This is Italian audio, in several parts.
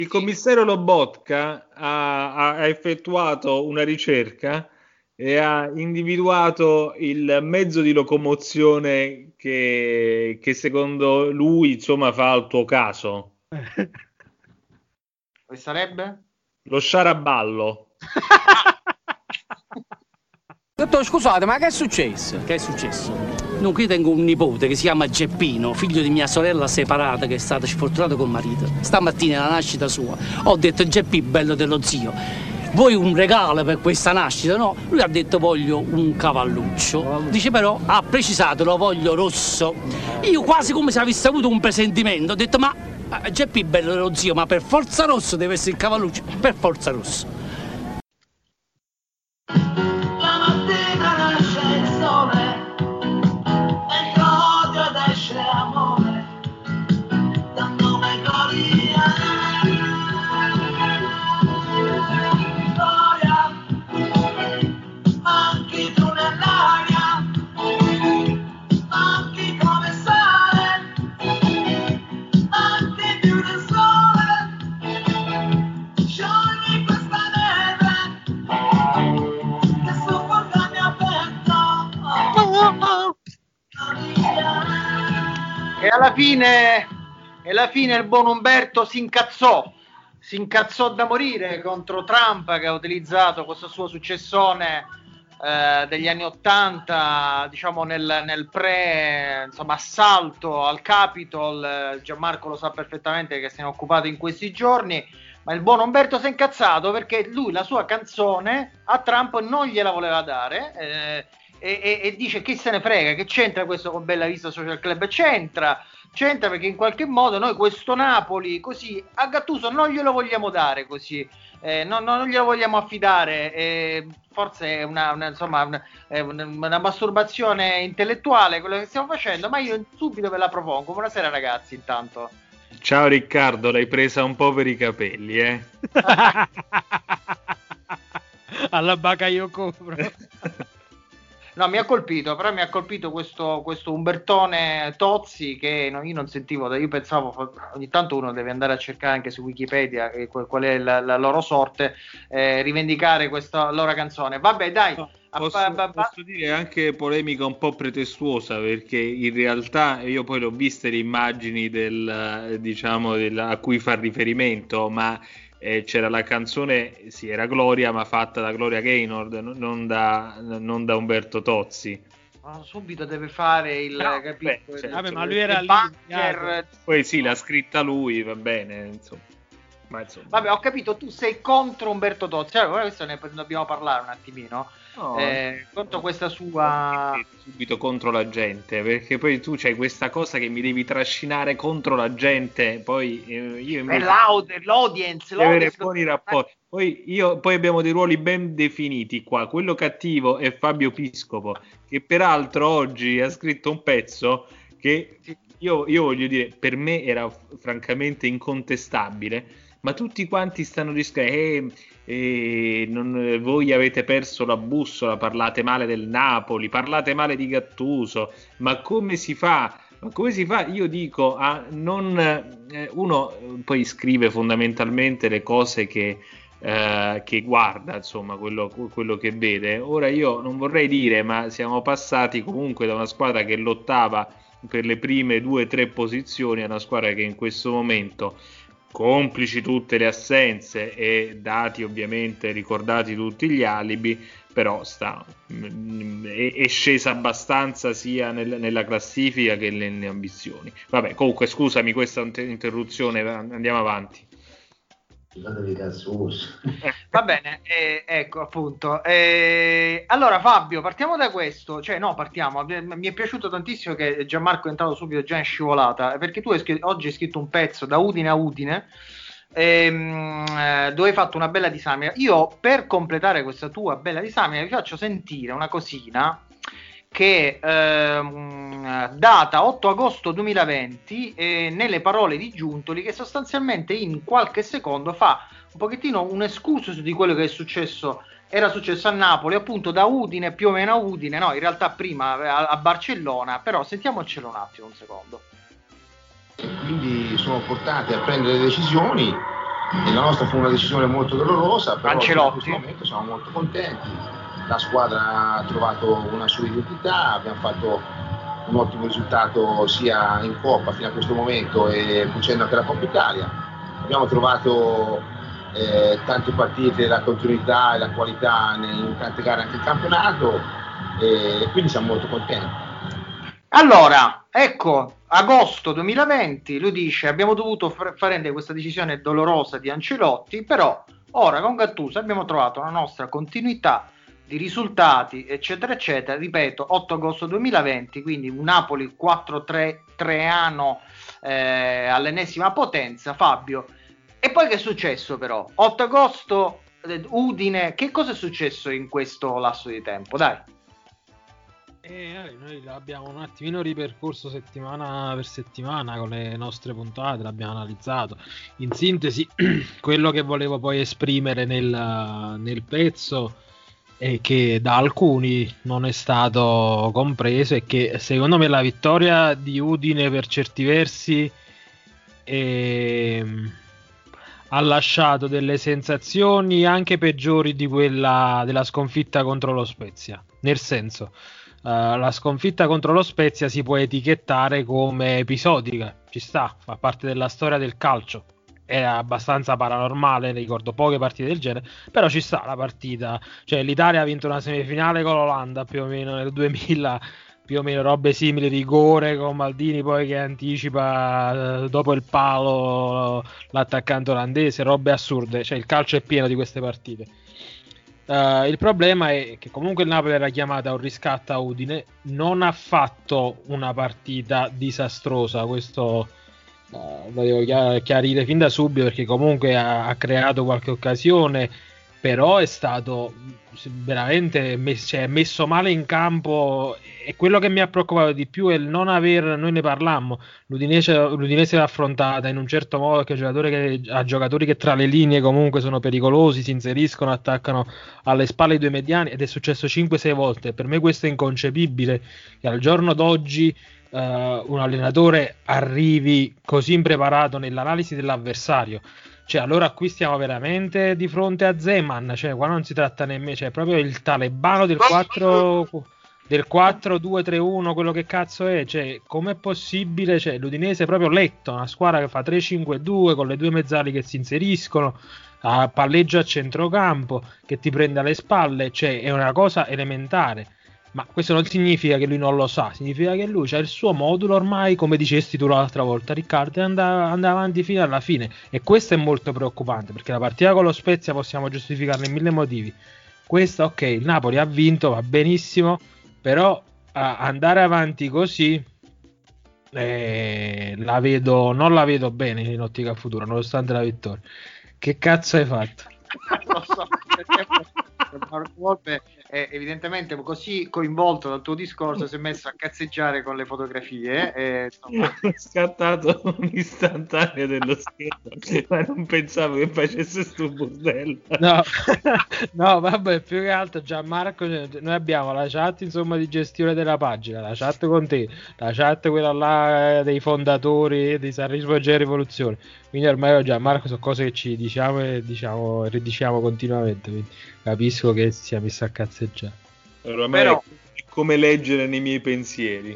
Il commissario Lobotka ha effettuato una ricerca e ha individuato il mezzo di locomozione che secondo lui, insomma, fa al tuo caso. E sarebbe? Lo sciaraballo. Dottor, scusate, ma che è successo? Che è successo? No, qui tengo un nipote che si chiama Geppino, figlio di mia sorella separata che è stata sfortunata col marito. Stamattina alla nascita sua ho detto: Geppi, bello dello zio, vuoi un regalo per questa nascita? No, lui ha detto: voglio un cavalluccio. Dice però, ha precisato, lo voglio rosso. Io quasi come se avessi avuto un presentimento, ho detto: ma Geppi, bello dello zio, ma per forza rosso deve essere il cavalluccio, per forza rosso. E alla fine il buon Umberto si incazzò da morire contro Trump, che ha utilizzato questo suo successone degli anni '80, diciamo nel assalto al Capitol. Gianmarco lo sa perfettamente, che se ne è occupato in questi giorni, ma il buon Umberto si è incazzato perché lui la sua canzone a Trump non gliela voleva dare, e dice: che se ne frega, che c'entra questo con Bella Vista Social Club? C'entra perché in qualche modo noi questo Napoli così a Gattuso non glielo vogliamo dare così, non glielo vogliamo affidare, forse è una masturbazione intellettuale quello che stiamo facendo, ma io subito ve la propongo. Buonasera ragazzi, intanto. Ciao Riccardo, l'hai presa un po' per i capelli, eh? Alla Bakayoko. No, mi ha colpito questo Umbertone Tozzi, che io non sentivo, io pensavo, ogni tanto uno deve andare a cercare anche su Wikipedia qual è la loro sorte, rivendicare questa loro canzone. Vabbè, dai. Posso dire anche polemica un po' pretestuosa, perché in realtà io poi l'ho viste le immagini a cui fa riferimento, ma c'era la canzone, sì, era Gloria, ma fatta da Gloria Gaynor, non da Umberto Tozzi. Subito deve fare il ma lui era lì. Poi sì, l'ha scritta lui, va bene, insomma. Vabbè, ho capito, tu sei contro Umberto Tozzi. Allora, questo ne dobbiamo parlare un attimino. Contro questa sua, subito contro la gente, perché poi tu c'hai questa cosa che mi devi trascinare contro la gente, poi io invece l'audience avere buoni rapporti. Poi abbiamo dei ruoli ben definiti qua. Quello cattivo è Fabio Piscopo, che peraltro oggi ha scritto un pezzo che io voglio dire, per me era francamente incontestabile, ma tutti quanti stanno dicendo voi avete perso la bussola, parlate male del Napoli, parlate male di Gattuso, ma come si fa? Io dico uno poi scrive fondamentalmente le cose che guarda, insomma, quello che vede. Ora io non vorrei dire, ma siamo passati comunque da una squadra che lottava per le prime 2 o 3 posizioni a una squadra che in questo momento, complici tutte le assenze e dati ovviamente ricordati tutti gli alibi, però è scesa abbastanza sia nella classifica che nelle ambizioni. Vabbè, comunque scusami questa interruzione, andiamo avanti. Va bene, ecco appunto. Allora Fabio, partiamo da questo, mi è piaciuto tantissimo che Gianmarco è entrato subito già in scivolata, perché tu oggi hai scritto un pezzo da Udine a Udine, dove hai fatto una bella disamina. Io, per completare questa tua bella disamina, vi faccio sentire una cosina che data 8 agosto 2020, nelle parole di Giuntoli, che sostanzialmente in qualche secondo fa un pochettino un excursus di quello che era successo a Napoli, appunto da Udine, più o meno a Udine, no, in realtà prima a Barcellona, però sentiamocelo un attimo, un secondo. Quindi sono portate a prendere decisioni E la nostra fu una decisione molto dolorosa, però Ancelotti. in questo momento siamo molto contenti, la squadra ha trovato una sua identità, abbiamo fatto un ottimo risultato sia in Coppa fino a questo momento e vincendo anche la Coppa Italia. Abbiamo trovato tante partite, la continuità e la qualità in tante gare anche in campionato e quindi siamo molto contenti. Allora, ecco, agosto 2020, lui dice abbiamo dovuto prendere questa decisione dolorosa di Ancelotti, però ora con Gattuso abbiamo trovato una nostra continuità di risultati, eccetera, eccetera. Ripeto, 8 agosto 2020, quindi un Napoli 4-3 all'ennesima potenza, Fabio. E poi che è successo però? 8 agosto, Udine, che cosa è successo in questo lasso di tempo? Dai. Noi l'abbiamo un attimino ripercorso settimana per settimana con le nostre puntate, l'abbiamo analizzato. In sintesi, quello che volevo poi esprimere nel pezzo e che da alcuni non è stato compreso è che secondo me la vittoria di Udine per certi versi ha lasciato delle sensazioni anche peggiori di quella della sconfitta contro lo Spezia, nel senso la sconfitta contro lo Spezia si può etichettare come episodica, ci sta, fa parte della storia del calcio, è abbastanza paranormale, ricordo poche partite del genere, però ci sta la partita, cioè l'Italia ha vinto una semifinale con l'Olanda più o meno nel 2000, più o meno robe simili, rigore con Maldini poi che anticipa dopo il palo l'attaccante olandese, robe assurde, cioè il calcio è pieno di queste partite. Il problema è che comunque il Napoli era chiamato a un riscatto a Udine, non ha fatto una partita disastrosa, questo lo devo chiarire fin da subito, perché comunque ha creato qualche occasione, però è stato veramente messo male in campo, e quello che mi ha preoccupato di più è il non aver, noi ne parlammo, l'Udinese l'ha affrontata in un certo modo, che ha giocatori che tra le linee comunque sono pericolosi, si inseriscono, attaccano alle spalle i due mediani, ed è successo 5-6 volte. Per me questo è inconcepibile, che al giorno d'oggi un allenatore arrivi così impreparato nell'analisi dell'avversario. Cioè, allora qui stiamo veramente di fronte a Zeman, cioè qua non si tratta nemmeno, cioè proprio il talebano del 4-2-3-1, quello che cazzo è, cioè com'è possibile, cioè l'Udinese è proprio letto, una squadra che fa 3-5-2 con le due mezzali che si inseriscono, palleggio a centrocampo, che ti prende alle spalle, cioè è una cosa elementare. Ma questo non significa che lui non lo sa, significa che lui ha il suo modulo ormai, come dicesti tu l'altra volta Riccardo, e anda avanti fino alla fine, e questo è molto preoccupante, perché la partita con lo Spezia possiamo giustificarla in 1000 motivi. Questa, ok, il Napoli ha vinto, va benissimo, però andare avanti così non la vedo bene in ottica futura, nonostante la vittoria. Che cazzo hai fatto? Non lo so, Marco Volpe è evidentemente così coinvolto dal tuo discorso, si è messo a cazzeggiare con le fotografie e è scattato un istantaneo dello schermo, ma non pensavo che facesse sto bordello. No, vabbè, più che altro Gianmarco, noi abbiamo la chat insomma di gestione della pagina, la chat con te, la chat quella là dei fondatori di San Risvolgere Rivoluzione, quindi ormai Gianmarco sono cose che ci diciamo e ridiciamo continuamente, quindi capisco che si sia messo a cazzeggiare. Però è come leggere nei miei pensieri.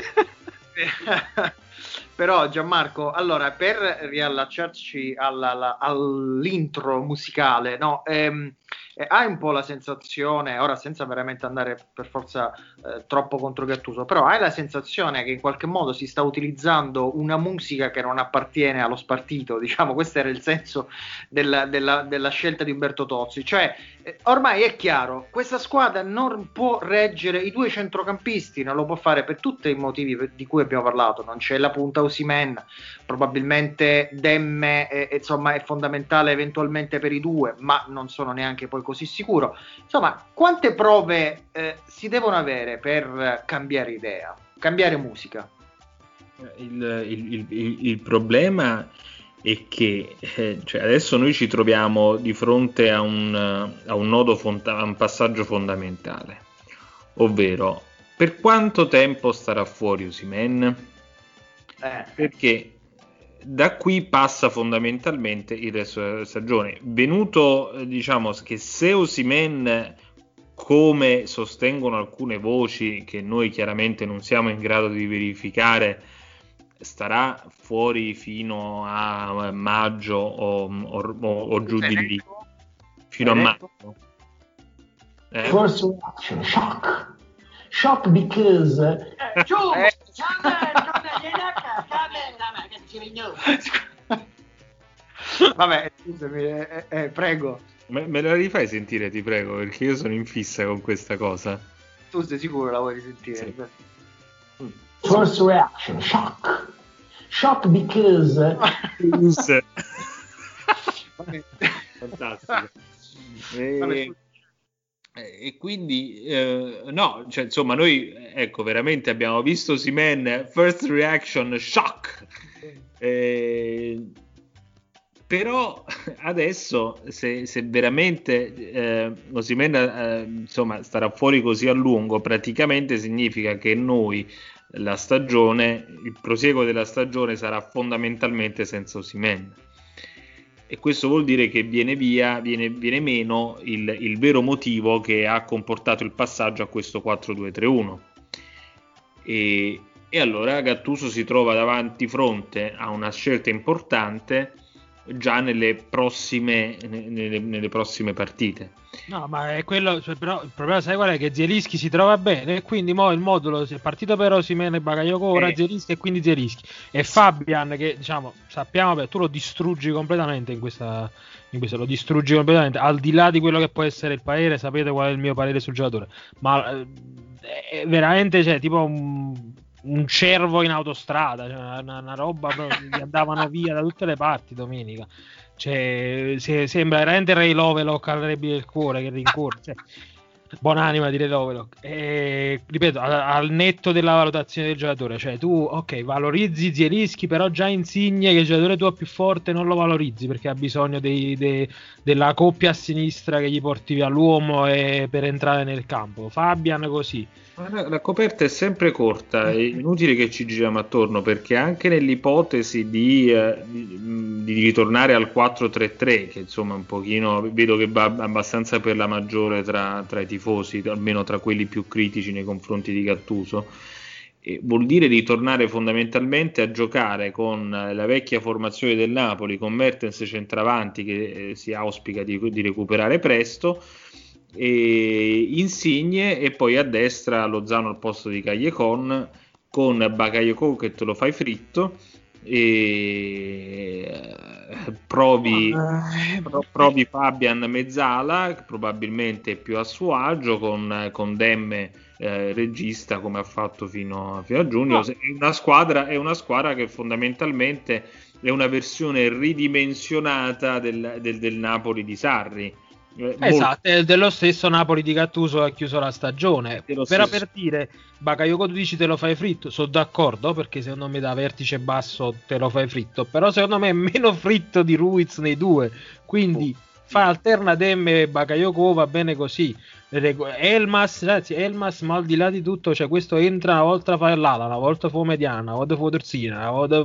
Però Gianmarco, allora per riallacciarci all'intro musicale, no? Hai un po' la sensazione, ora senza veramente andare per forza troppo contro Gattuso, però hai la sensazione che in qualche modo si sta utilizzando una musica che non appartiene allo spartito, diciamo, questo era il senso della scelta di Umberto Tozzi, cioè ormai è chiaro, questa squadra non può reggere i due centrocampisti, non lo può fare per tutti i motivi di cui abbiamo parlato, non c'è la punta Osimhen, probabilmente Demme insomma è fondamentale eventualmente per i due, ma non sono neanche poi così sicuro. Insomma, quante prove si devono avere per cambiare idea, cambiare musica? Il problema è che cioè adesso noi ci troviamo di fronte a un nodo a un passaggio fondamentale, ovvero per quanto tempo starà fuori Osimhen? Perché da qui passa fondamentalmente il resto della stagione. Venuto, diciamo che se Osimhen, come sostengono alcune voci che noi chiaramente non siamo in grado di verificare, starà fuori fino a maggio o giù di lì, fino a maggio. First reaction, shock because vabbè, scusami, prego. Me la rifai sentire, ti prego, perché io sono in fissa con questa cosa. Tu sei sicuro la vuoi risentire? Sì. first reaction, shock because Fantastico. E quindi no, cioè, insomma, noi ecco, veramente abbiamo visto Osimhen, first reaction shock, però adesso se veramente Osimhen insomma starà fuori così a lungo, praticamente significa che noi la stagione, il prosieguo della stagione sarà fondamentalmente senza Osimhen. E questo vuol dire che viene meno il vero motivo che ha comportato il passaggio a questo 4-2-3-1. E allora Gattuso si trova davanti fronte a una scelta importante già nelle prossime partite. No, ma è quello, cioè, però il problema sai qual è? Che Zielinski si trova bene e quindi mo il modulo si è partito per Osimhen e Bakayoko, ora Zielinski e quindi Zielinski e Fabian, che diciamo sappiamo, beh, tu lo distruggi completamente in questo lo distruggi completamente, al di là di quello che può essere il parere, sapete qual è il mio parere sul giocatore, ma è veramente, cioè, tipo un cervo in autostrada, cioè una roba proprio, che andavano via da tutte le parti domenica. Cioè, sembra veramente Ray Lovelock al Rebbi del Cuore che rincorre, cioè, buonanima di Ray Lovelock. Ripeto, al netto della valutazione del giocatore, cioè tu ok, valorizzi Zielinski, però già Insigne, che è il giocatore tuo più forte, non lo valorizzi perché ha bisogno della coppia a sinistra che gli porti via l'uomo per entrare nel campo. Fabian così. La coperta è sempre corta, è inutile che ci giriamo attorno, perché anche nell'ipotesi di ritornare al 4-3-3, che insomma un pochino vedo che va abbastanza per la maggiore tra i tifosi, almeno tra quelli più critici nei confronti di Gattuso, vuol dire ritornare fondamentalmente a giocare con la vecchia formazione del Napoli, con Mertens centravanti che si auspica di recuperare presto, e Insigne, e poi a destra Lozano al posto di Callecon, con Bakayoko che te lo fai fritto, e provi Fabian mezzala, probabilmente più a suo agio, con Demme regista, come ha fatto fino a giugno. È una squadra che fondamentalmente è una versione ridimensionata del Napoli di Sarri. Esatto, è dello stesso Napoli di Gattuso che ha chiuso la stagione. Però per dire, Bakayoko tu dici te lo fai fritto, sono d'accordo, perché secondo me da vertice basso te lo fai fritto, però secondo me è meno fritto di Ruiz nei due, quindi fa alterna Demme e Bakayoko, va bene così. Elmas, ma al di là di tutto, cioè questo entra, una volta fa l'ala, una volta fa mediana, una volta fa terzina, una volta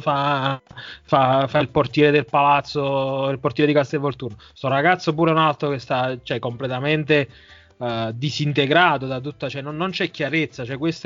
fa il portiere del palazzo, il portiere di Castelvolturno. Sto ragazzo pure un altro che sta, cioè, completamente disintegrato da tutta, cioè non c'è chiarezza, cioè questo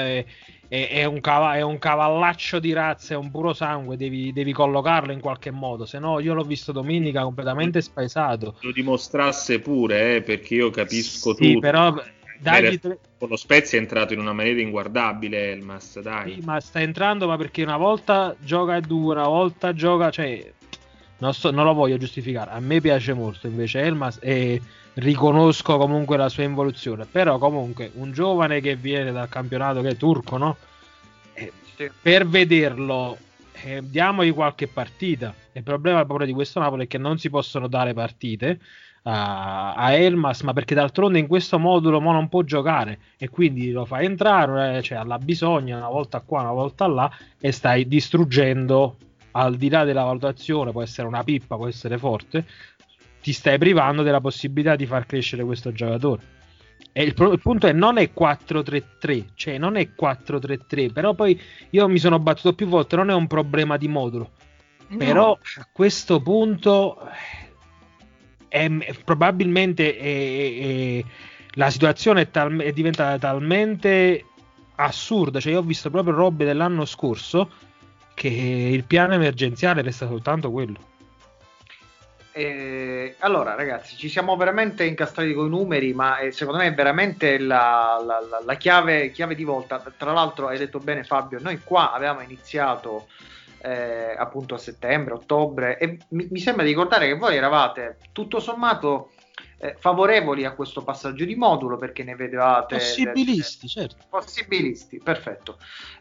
è un cavallaccio di razza, è un puro sangue, devi collocarlo in qualche modo, se no io l'ho visto domenica completamente spaesato. Lo dimostrasse pure, perché io capisco sì, tutto. Però con lo Spezia è entrato in una maniera inguardabile Elmas, dai. Sì, ma sta entrando, ma perché una volta gioca dura, una volta gioca, cioè non lo voglio giustificare, a me piace molto invece Elmas e riconosco comunque la sua involuzione, però comunque un giovane che viene dal campionato che è turco, no? Per vederlo diamogli qualche partita. Il problema proprio di questo Napoli è che non si possono dare partite a Elmas, ma perché d'altronde in questo modulo non può giocare e quindi lo fai entrare, cioè alla bisogna, una volta qua, una volta là, e stai distruggendo, al di là della valutazione, può essere una pippa, può essere forte, ti stai privando della possibilità di far crescere questo giocatore. E il punto è, non è 4-3-3, cioè non è 4-3-3, però poi io mi sono battuto più volte, non è un problema di modulo, Però a questo punto probabilmente la situazione è diventata talmente assurda. Cioè, io ho visto proprio robe dell'anno scorso che il piano emergenziale resta soltanto quello. Allora, ragazzi, ci siamo veramente incastrati con i numeri, ma secondo me è veramente la chiave di volta. Tra l'altro, hai detto bene, Fabio, noi qua avevamo iniziato appunto a settembre, ottobre, e mi sembra di ricordare che voi eravate tutto sommato favorevoli a questo passaggio di modulo, perché ne vedevate possibilisti, certo. Possibilisti, perfetto.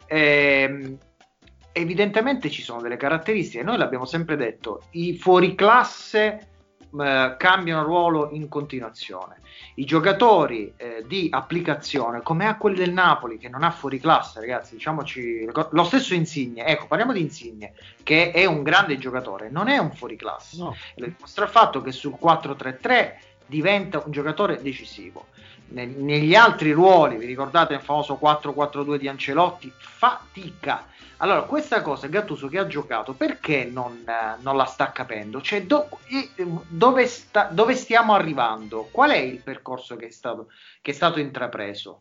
Evidentemente ci sono delle caratteristiche, noi l'abbiamo sempre detto, i fuoriclasse cambiano ruolo in continuazione, i giocatori di applicazione, come a quelli del Napoli, che non ha fuoriclasse, ragazzi, diciamoci, lo stesso Insigne, ecco, parliamo di Insigne, che è un grande giocatore, non è un fuoriclasse, no. Lo dimostra il fatto che sul 4-3-3 diventa un giocatore decisivo. Negli altri ruoli, vi ricordate il famoso 4-4-2 di Ancelotti, fatica. Allora, questa cosa Gattuso che ha giocato, perché non la sta capendo? Cioè, dove stiamo arrivando? Qual è il percorso che è stato intrapreso?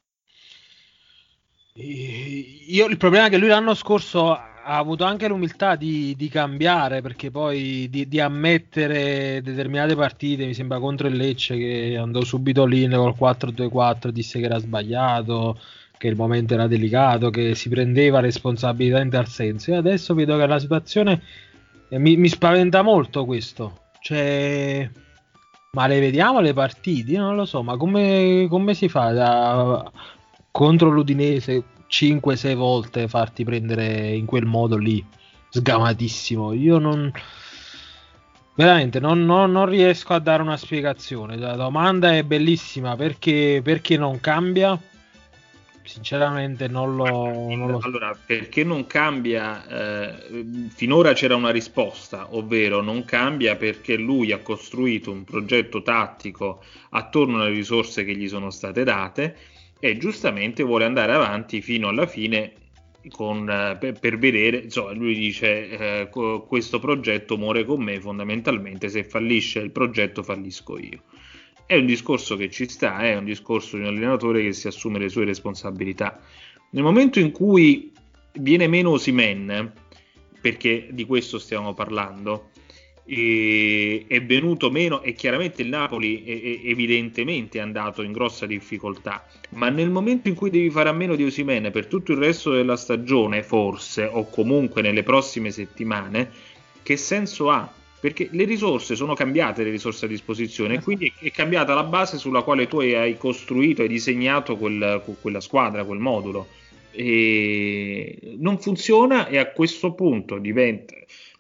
Il problema è che lui l'anno scorso ha avuto anche l'umiltà di cambiare, perché poi di ammettere determinate partite, mi sembra contro il Lecce, che andò subito lì col 4-2-4, disse che era sbagliato, che il momento era delicato, che si prendeva responsabilità in tal senso. E adesso vedo che la situazione mi spaventa molto questo. Cioè, ma le vediamo le partite? Non lo so, ma come si fa contro l'Udinese 5-6 volte farti prendere in quel modo lì, sgamatissimo? Io veramente non riesco a dare una spiegazione. La domanda è bellissima, perché non cambia? Sinceramente non lo so. Allora, perché non cambia? Finora c'era una risposta, ovvero non cambia perché lui ha costruito un progetto tattico attorno alle risorse che gli sono state date e giustamente vuole andare avanti fino alla fine per vedere, insomma, lui dice questo progetto muore con me, fondamentalmente se fallisce il progetto fallisco io. È un discorso che ci sta, è un discorso di un allenatore che si assume le sue responsabilità. Nel momento in cui viene meno Osimhen, perché di questo stiamo parlando, è venuto meno, e chiaramente il Napoli evidentemente è andato in grossa difficoltà, ma nel momento in cui devi fare a meno di Osimhen per tutto il resto della stagione, forse, o comunque nelle prossime settimane, che senso ha? Perché le risorse sono cambiate, le risorse a disposizione, e quindi è cambiata la base sulla quale tu hai costruito, hai disegnato quella squadra, quel modulo. E non funziona, e a questo punto diventa,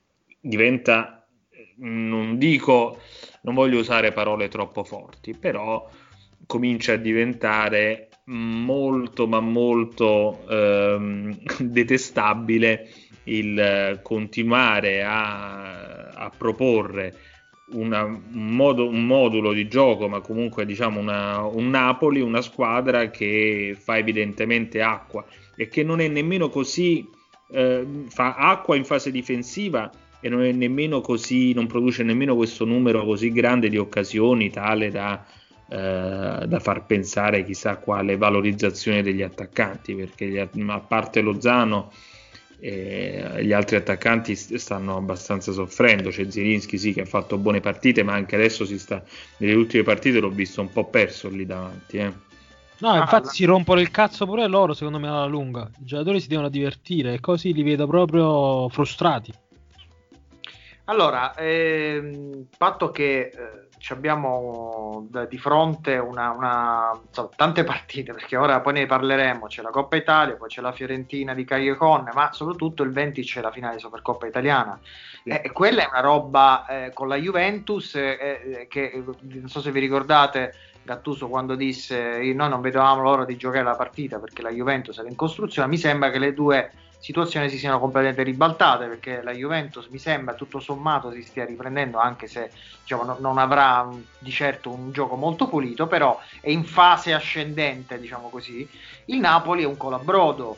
non voglio usare parole troppo forti, però comincia a diventare molto ma molto detestabile il continuare a proporre un modulo di gioco, ma comunque diciamo un Napoli, una squadra che fa evidentemente acqua e che non è nemmeno così, fa acqua in fase difensiva e non è nemmeno così, non produce nemmeno questo numero così grande di occasioni tale da far pensare chissà quale valorizzazione degli attaccanti, perché a parte Lozano gli altri attaccanti stanno abbastanza soffrendo. C'è Zielinski sì che ha fatto buone partite, ma anche adesso nelle ultime partite l'ho visto un po' perso lì davanti. No, infatti si rompono il cazzo pure loro, secondo me, alla lunga. I giocatori si devono divertire e così li vedo proprio frustrati. Allora, fatto che abbiamo di fronte insomma, tante partite, perché ora poi ne parleremo, c'è la Coppa Italia, poi c'è la Fiorentina di Caio Conne, ma soprattutto il 20 c'è la finale di Supercoppa Italiana. Quella è una roba con la Juventus che non so se vi ricordate Gattuso quando disse noi non vedevamo l'ora di giocare la partita perché la Juventus era in costruzione. Mi sembra che le due situazioni si siano completamente ribaltate, perché la Juventus mi sembra tutto sommato si stia riprendendo, anche se diciamo, non avrà di certo un gioco molto pulito, però è in fase ascendente, diciamo così. Il Napoli è un colabrodo.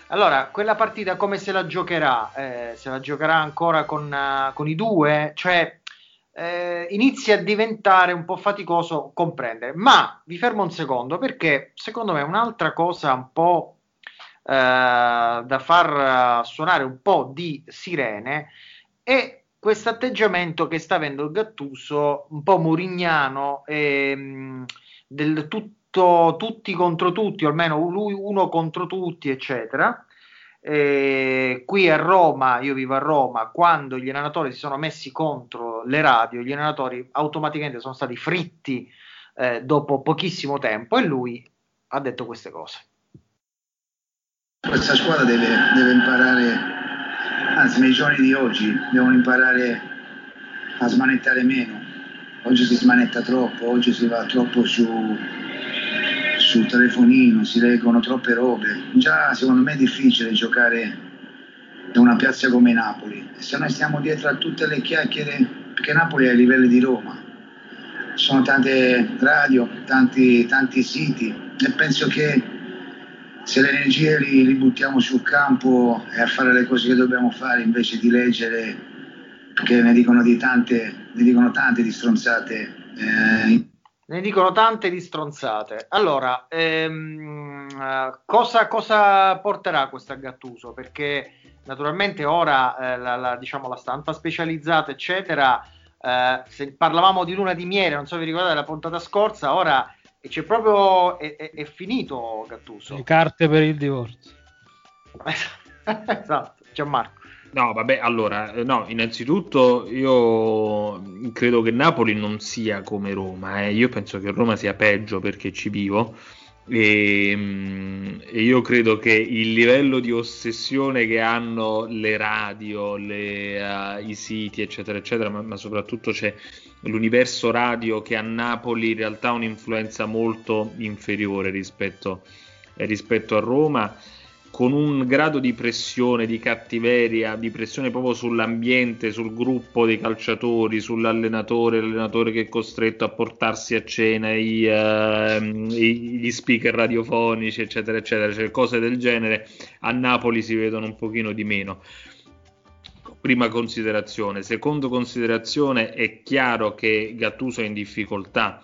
Allora, quella partita come se la giocherà? Se la giocherà ancora con i due? Cioè, inizia a diventare un po' faticoso comprendere. Ma vi fermo un secondo, perché secondo me un'altra cosa un po' da far suonare un po' di sirene è questo atteggiamento che sta avendo il Gattuso, un po' murignano, del tutto tutti contro tutti, o almeno lui uno contro tutti, eccetera. Qui a Roma, io vivo a Roma, quando gli allenatori si sono messi contro le radio, gli allenatori automaticamente sono stati fritti dopo pochissimo tempo, e lui ha detto queste cose. Questa squadra deve imparare, anzi nei giorni di oggi devono imparare a smanettare meno. Oggi si smanetta troppo, oggi si va troppo sul telefonino, si leggono troppe robe. Già secondo me è difficile giocare da una piazza come Napoli, e se noi stiamo dietro a tutte le chiacchiere, perché Napoli è ai livelli di Roma, ci sono tante radio, tanti siti, e penso che se le energie li buttiamo sul campo e a fare le cose che dobbiamo fare, invece di leggere, perché ne dicono tante di stronzate. Ne dicono tante di stronzate. Allora, cosa porterà questo a Gattuso? Perché naturalmente ora diciamo la stampa specializzata, eccetera, se parlavamo di luna di miele, non so se vi ricordate la puntata scorsa, ora c'è proprio è finito Gattuso. Le carte per il divorzio. Esatto, Gianmarco. No, vabbè, allora, no, innanzitutto io credo che Napoli non sia come Roma, io penso che Roma sia peggio perché ci vivo, e io credo che il livello di ossessione che hanno le radio, i siti, eccetera, eccetera, ma soprattutto c'è l'universo radio che a Napoli in realtà ha un'influenza molto inferiore rispetto a Roma, con un grado di pressione, di cattiveria, di pressione proprio sull'ambiente, sul gruppo dei calciatori, sull'allenatore, l'allenatore che è costretto a portarsi a cena gli speaker radiofonici, eccetera, eccetera, cioè cose del genere a Napoli si vedono un pochino di meno. Prima considerazione. Secondo considerazione, è chiaro che Gattuso è in difficoltà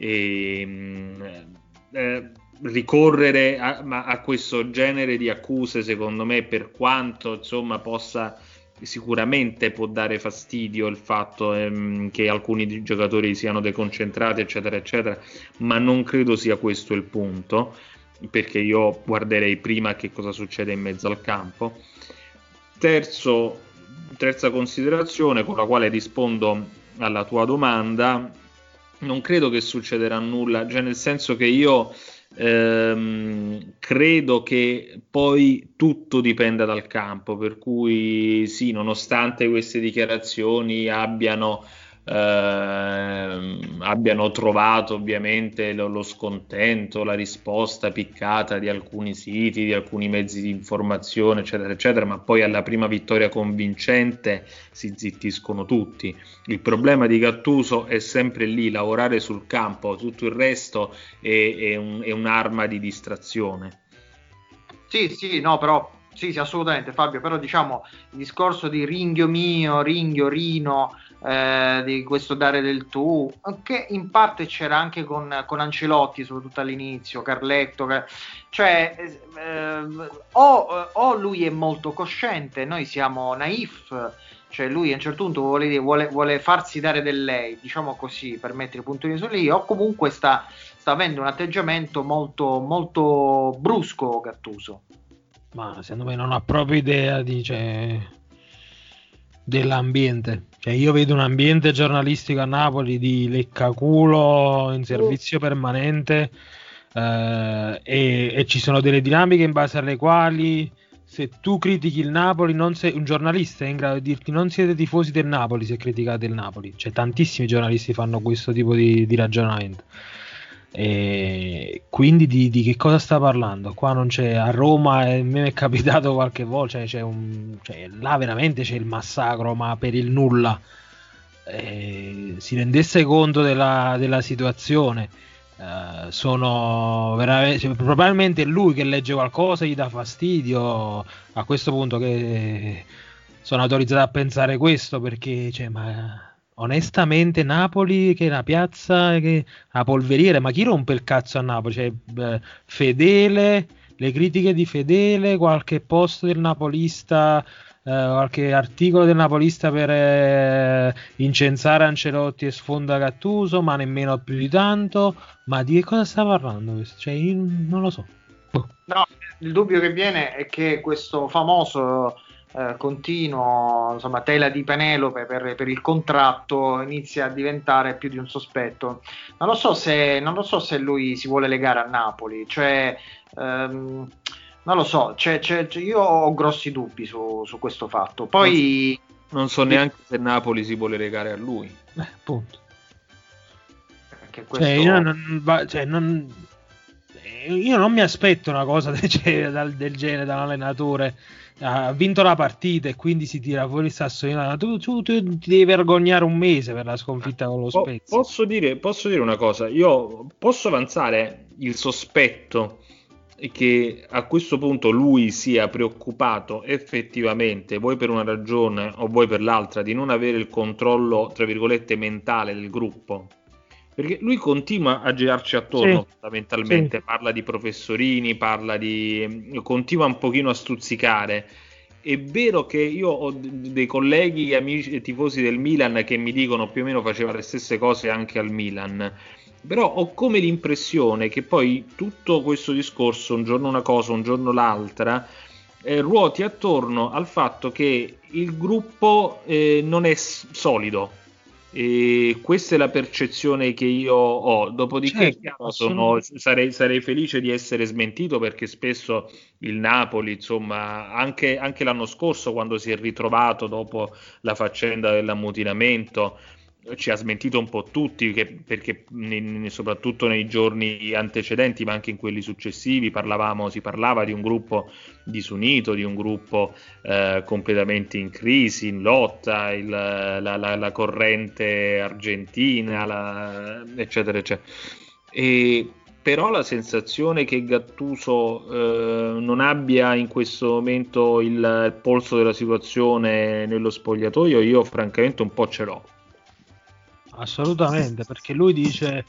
ricorrere a questo genere di accuse, secondo me, per quanto insomma sicuramente può dare fastidio il fatto che alcuni giocatori siano deconcentrati, eccetera, eccetera, ma non credo sia questo il punto, perché io guarderei prima che cosa succede in mezzo al campo. Terza considerazione con la quale rispondo alla tua domanda: non credo che succederà nulla, cioè nel senso che io credo che poi tutto dipenda dal campo, per cui sì, nonostante queste dichiarazioni abbiano trovato ovviamente lo scontento, la risposta piccata di alcuni siti, di alcuni mezzi di informazione, eccetera, eccetera, ma poi alla prima vittoria convincente si zittiscono tutti. Il problema di Gattuso è sempre lì, lavorare sul campo, tutto il resto è un'arma di distrazione. Sì, no, però sì, assolutamente, Fabio, però diciamo il discorso di ringhio mio, ringhio Rino, di questo dare del tu, che in parte c'era anche con Ancelotti, soprattutto all'inizio, Carletto, cioè o lui è molto cosciente, noi siamo naif, cioè lui a un certo punto vuole farsi dare del lei, diciamo così, per mettere i puntini su lì, o comunque sta avendo un atteggiamento molto, molto brusco Gattuso. Ma secondo me non ha proprio idea dell'ambiente. Cioè, io vedo un ambiente giornalistico a Napoli di leccaculo in servizio permanente, e ci sono delle dinamiche in base alle quali, se tu critichi il Napoli, non sei un giornalista, è in grado di dirti non siete tifosi del Napoli se criticate il Napoli. Cioè, tantissimi giornalisti fanno questo tipo di ragionamento. E quindi di che cosa sta parlando? Qua non c'è, a Roma, a me è capitato qualche volta, cioè là veramente c'è il massacro, ma per il nulla. Si rendesse conto della situazione, sono veramente, cioè, probabilmente lui che legge qualcosa gli dà fastidio a questo punto, che sono autorizzato a pensare questo, perché cioè, ma onestamente Napoli che è una piazza, che una polveriera, ma chi rompe il cazzo a Napoli? Cioè, Fedele, le critiche di Fedele, qualche post del napolista, qualche articolo del napolista per incensare Ancelotti e sfonda Gattuso, ma nemmeno più di tanto. Ma di che cosa sta parlando questo? Cioè, io non lo so. No, il dubbio che viene è che questo famoso continuo, insomma, tela di Penelope per il contratto inizia a diventare più di un sospetto. Non lo so se lui si vuole legare a Napoli, cioè non lo so, io ho grossi dubbi su questo fatto. Poi non so neanche se Napoli si vuole legare a lui. Appunto. Perché Cioè, io non mi aspetto una cosa del genere da un allenatore. Ha vinto la partita e quindi si tira fuori il sassolino. Tu ti devi vergognare un mese per la sconfitta con lo Spezia. Posso dire una cosa? Io posso avanzare il sospetto che a questo punto lui sia preoccupato effettivamente, vuoi per una ragione o vuoi per l'altra, di non avere il controllo, tra virgolette, mentale del gruppo. Perché lui continua a girarci attorno, fondamentalmente, sì. Parla di professorini, continua un pochino a stuzzicare. È vero che io ho dei colleghi, amici, tifosi del Milan che mi dicono più o meno faceva le stesse cose anche al Milan, però ho come l'impressione che poi tutto questo discorso, un giorno una cosa, un giorno l'altra, ruoti attorno al fatto che il gruppo non è solido. E questa è la percezione che io ho. Dopodiché sarei felice di essere smentito, perché spesso il Napoli, insomma, anche l'anno scorso, quando si è ritrovato dopo la faccenda dell'ammutinamento, ci ha smentito un po' tutti, perché soprattutto nei giorni antecedenti, ma anche in quelli successivi, si parlava di un gruppo disunito, di un gruppo completamente in crisi, in lotta, la corrente argentina, eccetera, eccetera. Però la sensazione che Gattuso non abbia in questo momento il polso della situazione nello spogliatoio, io francamente un po' ce l'ho. Assolutamente, perché lui dice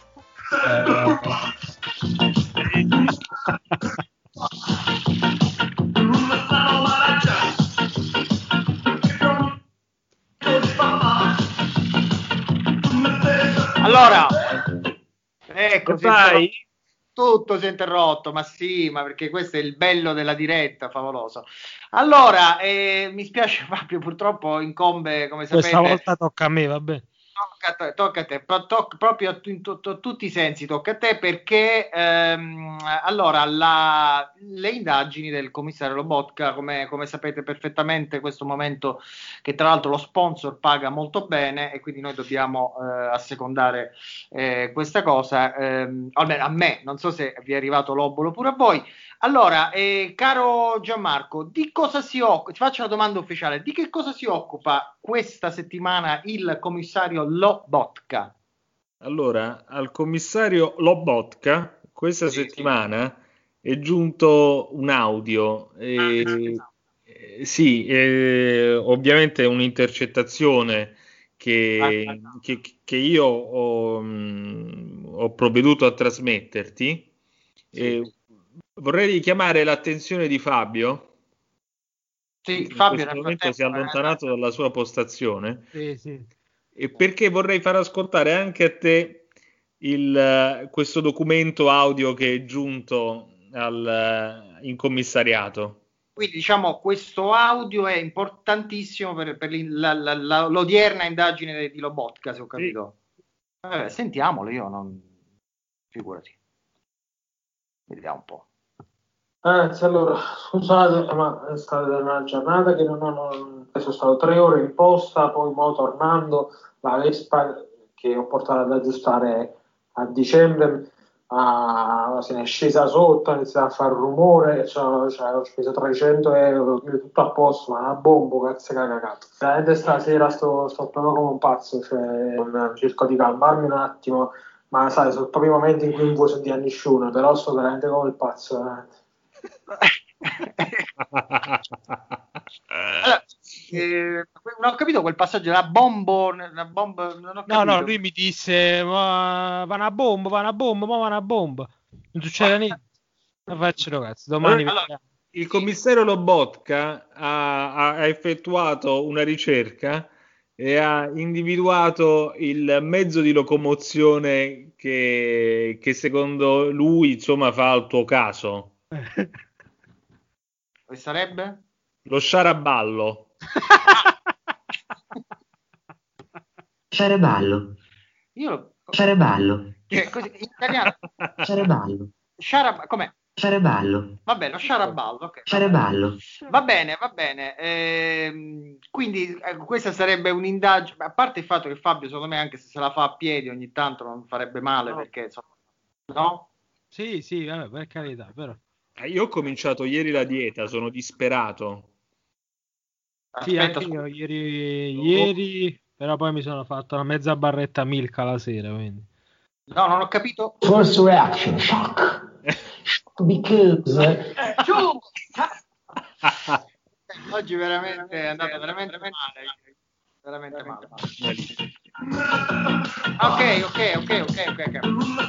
allora, ecco, tutto si è interrotto, ma sì, ma perché questo è il bello della diretta, favoloso. Allora, mi spiace Fabio, purtroppo incombe, come sapete. Questa volta tocca a me, vabbè. Tocca a te, proprio in tutti i sensi tocca a te, perché allora le indagini del commissario Lobotka, come sapete perfettamente, questo momento che tra l'altro lo sponsor paga molto bene e quindi noi dobbiamo assecondare questa cosa, almeno a me, non so se vi è arrivato l'obolo pure a voi. Allora, caro Gianmarco, di cosa si occupa? Ti faccio una domanda ufficiale. Di che cosa si occupa questa settimana il commissario Lobotka? Allora, al commissario Lobotka questa settimana è giunto un audio. Sì, ovviamente un'intercettazione che io ho provveduto a trasmetterti. Vorrei richiamare l'attenzione di Fabio. Sì, in Fabio questo momento si è allontanato dalla sua postazione. Sì. E perché vorrei far ascoltare anche a te questo documento audio che è giunto in commissariato. Quindi diciamo questo audio è importantissimo per l'odierna indagine di Lobotka, se ho capito. Sì. Sentiamolo, figurati. Vediamo un po'. Allora, scusate, ma è stata una giornata che sono stato 3 ore in posta, poi tornando, la Vespa che ho portato ad aggiustare a dicembre se ne è scesa sotto, ha iniziato a fare rumore, ho speso 300 euro, tutto a posto, ma una bomba, cazzo che cagato. Veramente stasera sto proprio come un pazzo, cerco di calmarmi un attimo, Ma sai, sono proprio i momenti in cui non vuoi sentire nessuno, però sto veramente come il pazzo. Allora, non ho capito quel passaggio, la bomba, non ho capito. No, lui mi disse, va una bomba, non succede niente. Non faccio cazzo, domani... Allora, il commissario Lobotka ha effettuato una ricerca e ha individuato il mezzo di locomozione che secondo lui, insomma, fa al tuo caso. E sarebbe? Lo sciaraballo. Sciaraballo. Sciaraballo. Così, in italiano? Sciaraballo. Com'è? Sciaraballo. Vabbè, lo sciaraballo, ok. Sciaraballo. Va bene. Quindi questa sarebbe un'indagine, a parte il fatto che Fabio, secondo me, anche se se la fa a piedi ogni tanto non farebbe male, perché insomma, no? Sì, vabbè, per carità, però. Io ho cominciato ieri la dieta, sono disperato. Sì, anche io ieri, però poi mi sono fatto una mezza barretta Milka la sera, quindi. No, non ho capito. First reaction, shock. Because Oggi veramente è andato veramente male. Veramente male. Ok.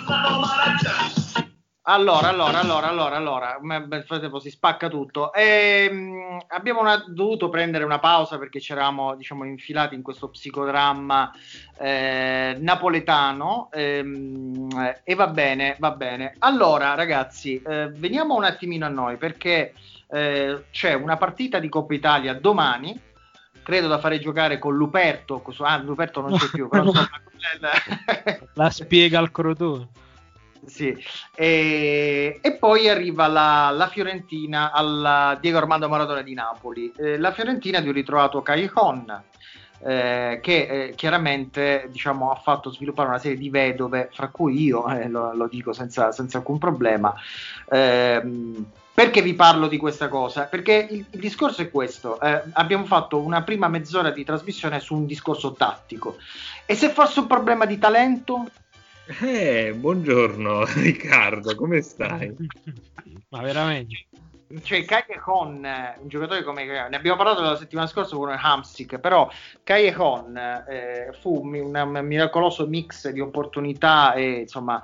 Allora, nel frattempo si spacca tutto. Abbiamo dovuto prendere una pausa perché ci eravamo, diciamo, infilati in questo psicodramma napoletano, e va bene. Allora, ragazzi, veniamo un attimino a noi, perché c'è una partita di Coppa Italia domani, credo da fare giocare con Luperto. Luperto non c'è più, però insomma, la spiega al Crotone. Sì, e poi arriva la Fiorentina al Diego Armando Maradona di Napoli. La Fiorentina di un ritrovato Callejon, che chiaramente, diciamo, ha fatto sviluppare una serie di vedove, fra cui io lo dico senza alcun problema. Perché vi parlo di questa cosa? Perché il discorso è questo: abbiamo fatto una prima mezz'ora di trasmissione su un discorso tattico, e se fosse un problema di talento? Buongiorno Riccardo, come stai? Ma veramente? Cioè, Callejon, un giocatore come, ne abbiamo parlato la settimana scorsa con Hamsik, però Callejon fu un miracoloso mix di opportunità e insomma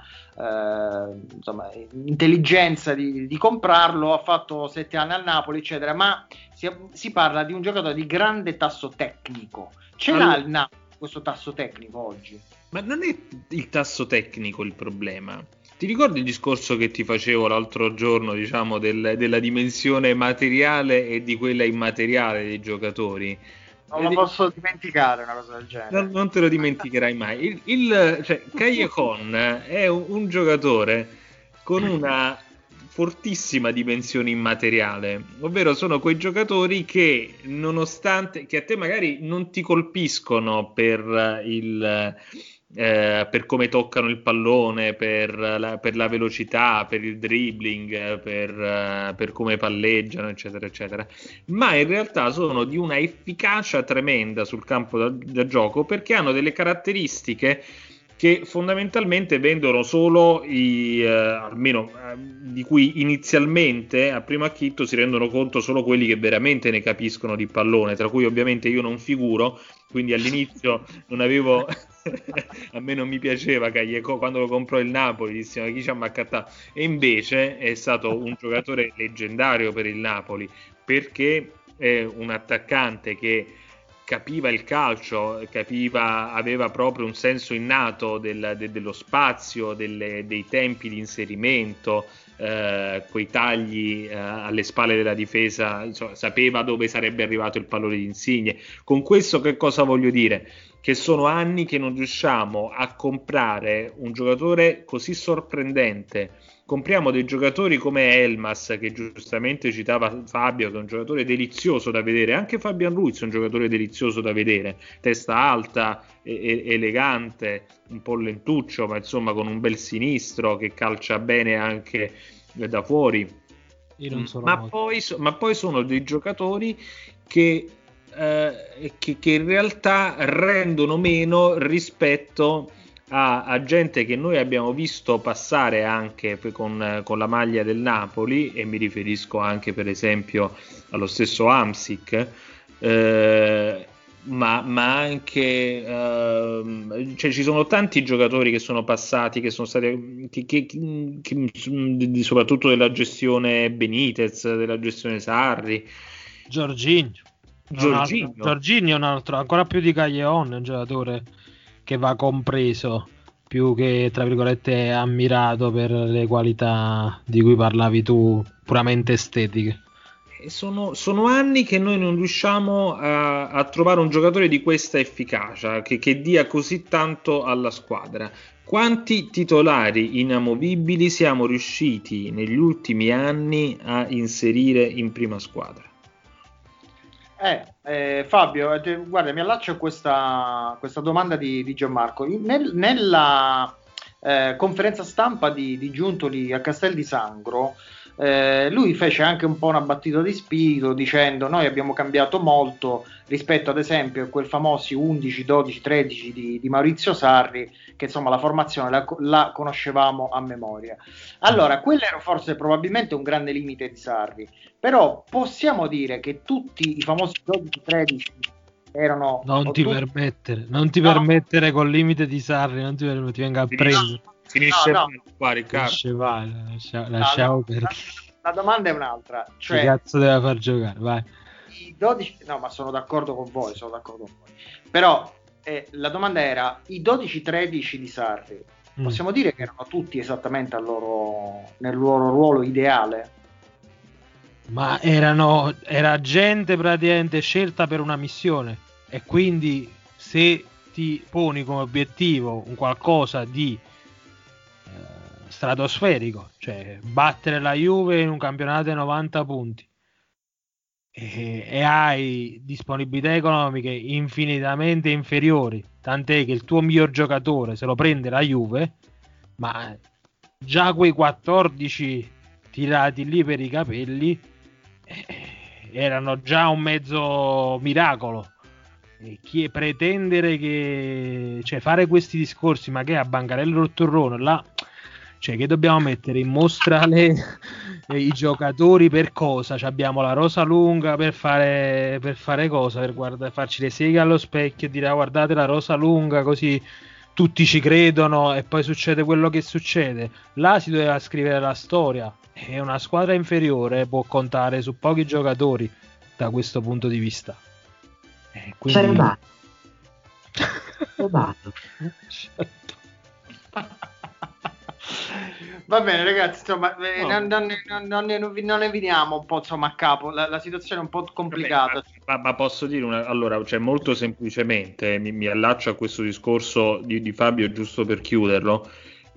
intelligenza di comprarlo. Ha fatto 7 anni al Napoli, eccetera, ma si parla di un giocatore di grande tasso tecnico. L'ha il Napoli questo tasso tecnico oggi? Ma non è il tasso tecnico il problema. Ti ricordi il discorso che ti facevo l'altro giorno, diciamo, della dimensione materiale e di quella immateriale dei giocatori? Non lo posso dimenticare una cosa del genere. Non te lo dimenticherai mai. Cioè, Callejon è un giocatore con una fortissima dimensione immateriale, ovvero sono quei giocatori che, nonostante che a te magari non ti colpiscono per come toccano il pallone, per la velocità, per il dribbling, per come palleggiano, eccetera, eccetera, ma in realtà sono di una efficacia tremenda sul campo da gioco, perché hanno delle caratteristiche che fondamentalmente vendono solo almeno di cui inizialmente a primo acchito si rendono conto solo quelli che veramente ne capiscono di pallone, tra cui ovviamente io non figuro, quindi all'inizio non avevo a me non mi piaceva Callejon, quando lo comprò il Napoli dissi ma chi ci ha maccattato, e invece è stato un giocatore leggendario per il Napoli, perché è un attaccante che capiva il calcio, aveva proprio un senso innato dello spazio, dei tempi di inserimento, coi tagli alle spalle della difesa, insomma, sapeva dove sarebbe arrivato il pallone di Insigne. Con questo che cosa voglio dire? Che sono anni che non riusciamo a comprare un giocatore così sorprendente. Compriamo dei giocatori come Elmas, che giustamente citava Fabio, che è un giocatore delizioso da vedere, anche Fabian Ruiz è un giocatore delizioso da vedere, testa alta, elegante, un po' lentuccio, ma insomma con un bel sinistro, che calcia bene anche da fuori. Ma poi sono dei giocatori che in realtà rendono meno rispetto a gente che noi abbiamo visto passare anche con la maglia del Napoli, e mi riferisco anche per esempio allo stesso Hamsik, ma anche cioè ci sono tanti giocatori che sono passati, che sono stati soprattutto della gestione Benitez, della gestione Sarri. Jorginho è un altro, ancora più di Callejon, un giocatore che va compreso, più che tra virgolette ammirato per le qualità di cui parlavi tu, puramente estetiche. Sono anni che noi non riusciamo a trovare un giocatore di questa efficacia, che dia così tanto alla squadra. Quanti titolari inamovibili siamo riusciti negli ultimi anni a inserire in prima squadra? Fabio, guarda, mi allaccio a questa domanda di Gianmarco. Nella conferenza stampa di Giuntoli a Castel di Sangro, lui fece anche un po' una battuta di spirito dicendo: noi abbiamo cambiato molto rispetto ad esempio a quel famosi 11, 12, 13 di Maurizio Sarri, che insomma la formazione la conoscevamo a memoria. Allora, quello era forse probabilmente un grande limite di Sarri, però possiamo dire che tutti i famosi 12, 13 erano... Non ti permettere col limite di Sarri, non ti venga a prendere. Finisce qua, Riccardo. Lasciamo perdere. La domanda è un'altra, cioè, che cazzo deve far giocare? Vai. I 12, no, ma sono d'accordo con voi, però la domanda era: i 12-13 di Sarri possiamo dire che erano tutti esattamente nel loro ruolo ideale? Ma era gente praticamente scelta per una missione, e quindi se ti poni come obiettivo un qualcosa di stratosferico, cioè battere la Juve in un campionato di 90 punti, e hai disponibilità economiche infinitamente inferiori, tant'è che il tuo miglior giocatore se lo prende la Juve, ma già quei 14 tirati lì per i capelli erano già un mezzo miracolo. E chi pretendere che, cioè, fare questi discorsi, ma che a Bancarello Rotturrone là, cioè, che dobbiamo mettere in mostra i giocatori per cosa? Cioè, abbiamo la rosa lunga per fare cosa? Per farci le seghe allo specchio e dire: guardate la rosa lunga, così tutti ci credono, e poi succede quello che succede. Là si doveva scrivere la storia, e una squadra inferiore può contare su pochi giocatori da questo punto di vista. Quindi... Va bene, ragazzi, insomma, non ne veniamo un po' insomma a capo, la situazione è un po' complicata. Ma posso dire allora, cioè, molto semplicemente mi allaccio a questo discorso di Fabio, giusto per chiuderlo.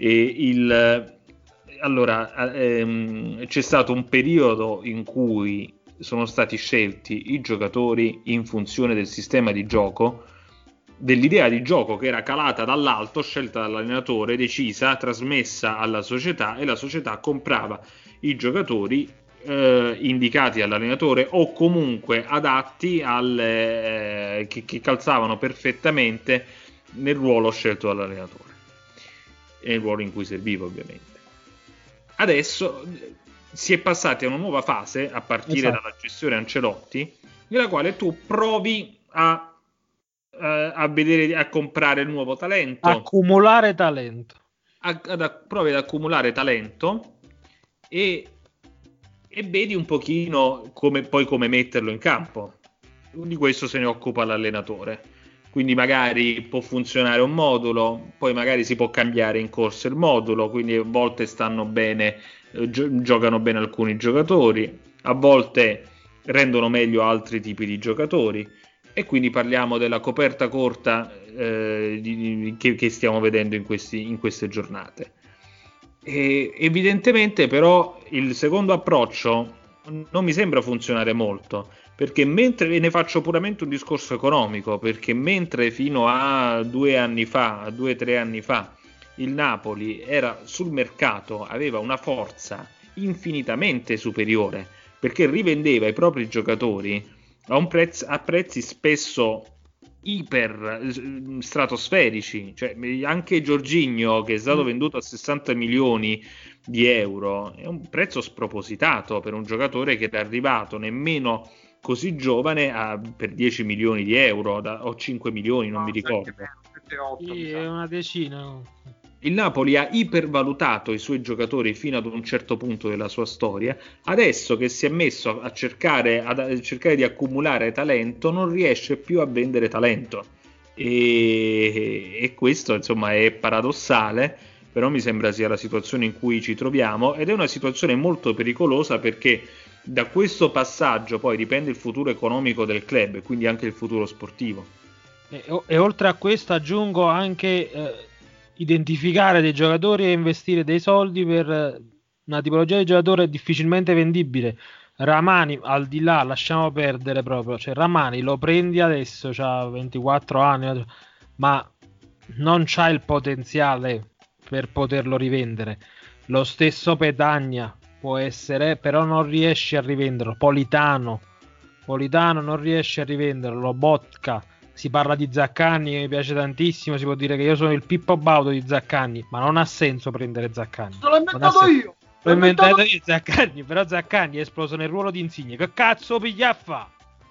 Allora, c'è stato un periodo in cui sono stati scelti i giocatori in funzione del sistema di gioco, dell'idea di gioco che era calata dall'alto, scelta dall'allenatore, decisa, trasmessa alla società, e la società comprava i giocatori indicati dall'allenatore o comunque adatti che calzavano perfettamente nel ruolo scelto dall'allenatore e nel ruolo in cui serviva, ovviamente. Adesso si è passati a una nuova fase a partire dalla gestione Ancelotti, nella quale tu provi a vedere, a comprare il nuvo talento, accumulare talento, provi ad accumulare talento e vedi un pochino come metterlo in campo. Di questo se ne occupa l'allenatore, quindi magari può funzionare un modulo, poi magari si può cambiare in corso il modulo, quindi a volte stanno bene, giocano bene alcuni giocatori, a volte rendono meglio altri tipi di giocatori, e quindi parliamo della coperta corta che stiamo vedendo in queste giornate. E evidentemente però il secondo approccio non mi sembra funzionare molto, perché mentre ne faccio puramente un discorso economico, perché mentre fino a 2 anni fa, a 2-3 anni fa, il Napoli era sul mercato, aveva una forza infinitamente superiore, perché rivendeva i propri giocatori a prezzi spesso iper stratosferici, cioè anche Jorginho, che è stato venduto a 60 milioni di euro, è un prezzo spropositato per un giocatore che è arrivato nemmeno così giovane per 10 milioni di euro o 5 milioni, non mi ricordo. È una decina. Il Napoli ha ipervalutato i suoi giocatori fino ad un certo punto della sua storia. Adesso che si è messo a cercare di accumulare talento, non riesce più a vendere talento. E questo, insomma, è paradossale, però mi sembra sia la situazione in cui ci troviamo, ed è una situazione molto pericolosa, perché da questo passaggio poi dipende il futuro economico del club e quindi anche il futuro sportivo. E oltre a questo aggiungo anche identificare dei giocatori e investire dei soldi per una tipologia di giocatore difficilmente vendibile. Ramani, al di là, lasciamo perdere proprio, cioè Ramani lo prendi adesso, c'ha 24 anni, ma non c'ha il potenziale per poterlo rivendere. Lo stesso Petagna può essere, però non riesci a rivenderlo. Politano non riesce a rivenderlo. Lobotka. Si parla di Zaccagni, che mi piace tantissimo, si può dire che io sono il Pippo Baudo di Zaccagni, ma non ha senso prendere Zaccagni. L'ho inventato io! L'ho inventato io Zaccagni, però Zaccagni è esploso nel ruolo di Insigne. Che cazzo piglia a fa?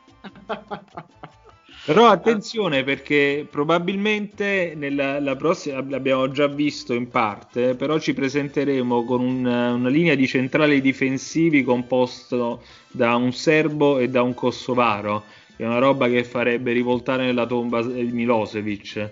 Però attenzione, perché probabilmente la prossima, l'abbiamo già visto in parte, però ci presenteremo con una linea di centrali difensivi composto da un serbo e da un kosovaro. È una roba che farebbe rivoltare nella tomba il Milosevic.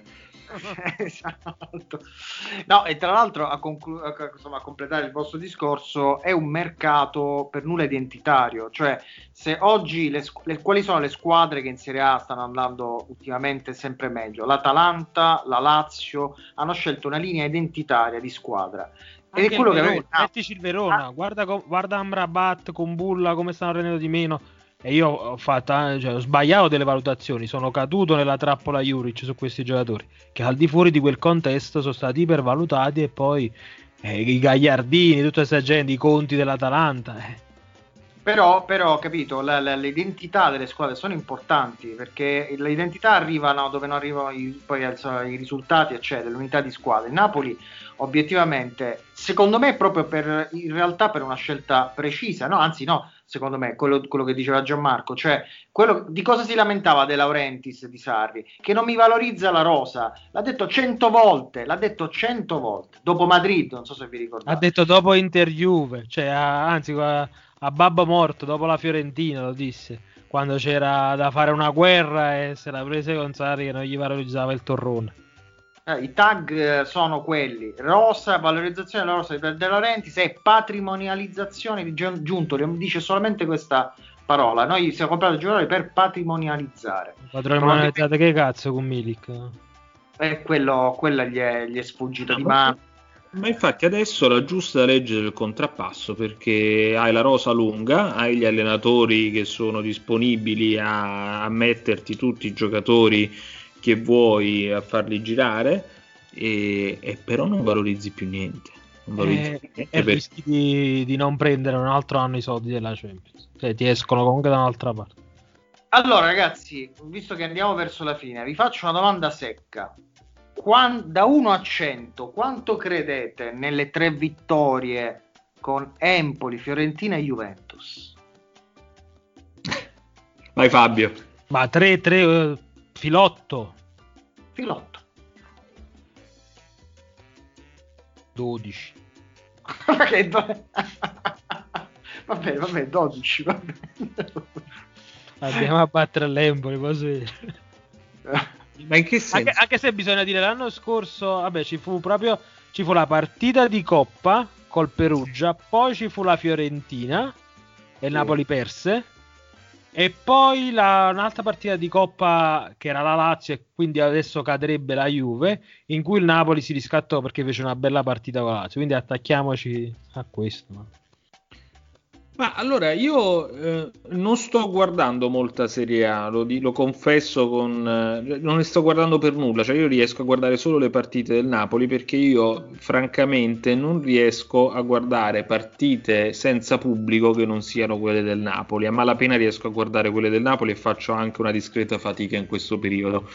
Esatto. No, e tra l'altro a completare il vostro discorso, è un mercato per nulla identitario. Cioè, se oggi quali sono le squadre che in Serie A stanno andando ultimamente sempre meglio? L'Atalanta, la Lazio hanno scelto una linea identitaria di squadra. Ed è quello che mettici il Verona, guarda Amrabat con Bulla come stanno rendendo di meno. E io ho sbagliato delle valutazioni, sono caduto nella trappola Juric su questi giocatori che al di fuori di quel contesto sono stati ipervalutati, e poi i Gagliardini, tutta questa gente, i conti dell'Atalanta. Però capito, l'identità delle squadre sono importanti, perché le identità arrivano dove non arrivano poi i risultati, eccetera, l'unità di squadra. Il Napoli obiettivamente, secondo me, proprio in realtà per una scelta precisa, secondo me, quello che diceva Gianmarco, cioè quello di cosa si lamentava De Laurentiis di Sarri, che non mi valorizza la rosa, l'ha detto 100 volte, dopo Madrid, non so se vi ricordate. Ha detto dopo Inter-Juve, cioè anzi a babbo morto, dopo la Fiorentina lo disse, quando c'era da fare una guerra e se la prese con Sarri che non gli valorizzava il torrone. I tag sono quelli: rosa, valorizzazione della rosa di De Laurentiis e patrimonializzazione di Giuntoli. Dice solamente questa parola. Noi siamo comprati i giocatori per patrimonializzare. Patrimonializzate che cazzo con Milik? Quella gli è sfuggita di mano. Ma infatti adesso la giusta legge del contrappasso, perché hai la rosa lunga, hai gli allenatori che sono disponibili a metterti tutti i giocatori che vuoi, a farli girare, e però non valorizzi più niente. E rischi di non prendere un altro anno i soldi della Champions, cioè ti escono comunque da un'altra parte. Allora ragazzi, visto che andiamo verso la fine, vi faccio una domanda secca. Da 1 a 100 quanto credete nelle 3 vittorie con Empoli, Fiorentina e Juventus? Vai Fabio. Ma 3 filotto 12. Vabbè 12. Vabbè. Andiamo a battere l'Empoli, posso dire. Ma in che senso? Anche se bisogna dire, l'anno scorso ci fu la partita di Coppa col Perugia, poi ci fu la Fiorentina e il Napoli perse, e poi un'altra partita di Coppa che era la Lazio, e quindi adesso cadrebbe la Juve, in cui il Napoli si riscattò perché fece una bella partita con la Lazio. Quindi attacchiamoci a questo. Ma allora io non sto guardando molta Serie A, lo confesso, non ne sto guardando per nulla, cioè io riesco a guardare solo le partite del Napoli perché io francamente non riesco a guardare partite senza pubblico che non siano quelle del Napoli, a malapena riesco a guardare quelle del Napoli e faccio anche una discreta fatica in questo periodo.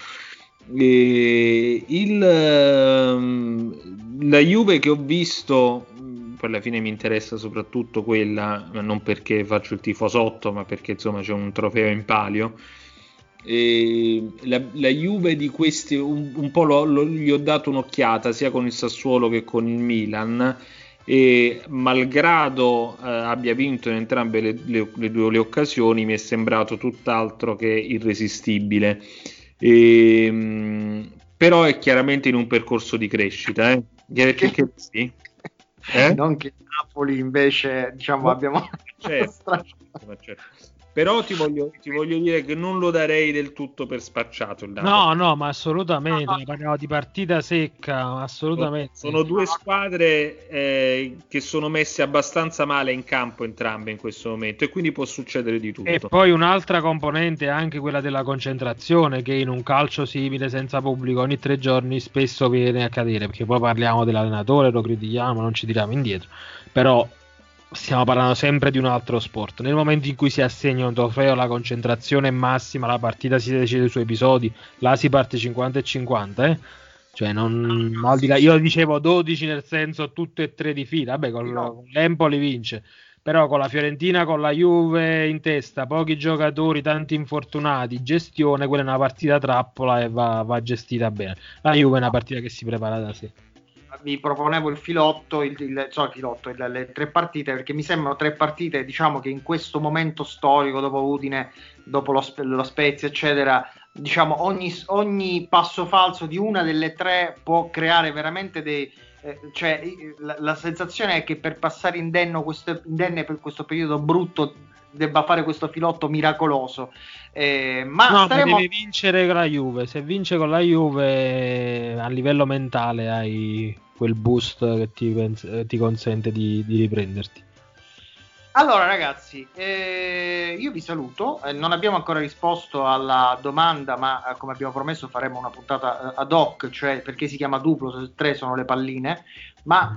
La Juve che ho visto, poi alla fine mi interessa soprattutto quella, ma non perché faccio il tifosotto, ma perché insomma c'è un trofeo in palio. La Juve di questi un po' gli ho dato un'occhiata sia con il Sassuolo che con il Milan, e malgrado abbia vinto in entrambe le occasioni, mi è sembrato tutt'altro che irresistibile. Però è chiaramente in un percorso di crescita, che sì. Non che Napoli invece, diciamo, abbiamo certo. Però ti voglio dire che non lo darei del tutto per spacciato il Napoli. No, ma assolutamente, parliamo di partita secca, assolutamente. Sono due squadre che sono messe abbastanza male in campo entrambe in questo momento, e quindi può succedere di tutto. E poi un'altra componente è anche quella della concentrazione, che in un calcio simile senza pubblico ogni 3 giorni spesso viene a cadere, perché poi parliamo dell'allenatore, lo critichiamo, non ci tiriamo indietro, però stiamo parlando sempre di un altro sport. Nel momento in cui si assegna un trofeo, la concentrazione è massima, la partita si decide sui episodi, là si parte 50-50, cioè non al di là, io dicevo 12 nel senso tutte e 3 di fila, vabbè con l'Empoli vince, però con la Fiorentina, con la Juve in testa, pochi giocatori, tanti infortunati, gestione, quella è una partita trappola e va gestita bene. La Juve è una partita che si prepara da sé. Vi proponevo il filotto, le 3 partite, perché mi sembrano 3 partite, diciamo, che in questo momento storico, dopo Udine, dopo lo Spezia, eccetera, diciamo, ogni passo falso di una delle 3 può creare veramente cioè la sensazione è che per passare indenne per questo periodo brutto debba fare questo filotto miracoloso, ma deve vincere con la Juve. Se vince con la Juve, a livello mentale hai quel boost che ti consente di riprenderti. Allora ragazzi, io vi saluto, non abbiamo ancora risposto alla domanda, ma come abbiamo promesso faremo una puntata ad hoc, cioè perché si chiama duplo se 3 sono le palline, ma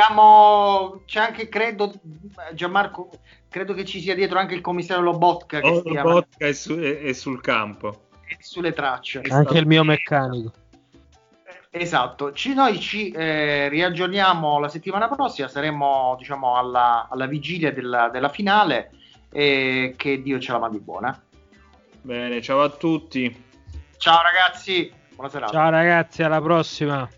c'è anche, credo, Gianmarco, credo che ci sia dietro anche il commissario Lobotka, che Lobotka è sul campo, è sulle tracce, anche il mio meccanico. Esatto, noi ci riaggiorniamo la settimana prossima, saremo, diciamo, alla vigilia della finale, e che Dio ce la mandi buona. Bene, ciao a tutti. Ciao ragazzi, buona serata. Ciao ragazzi, alla prossima.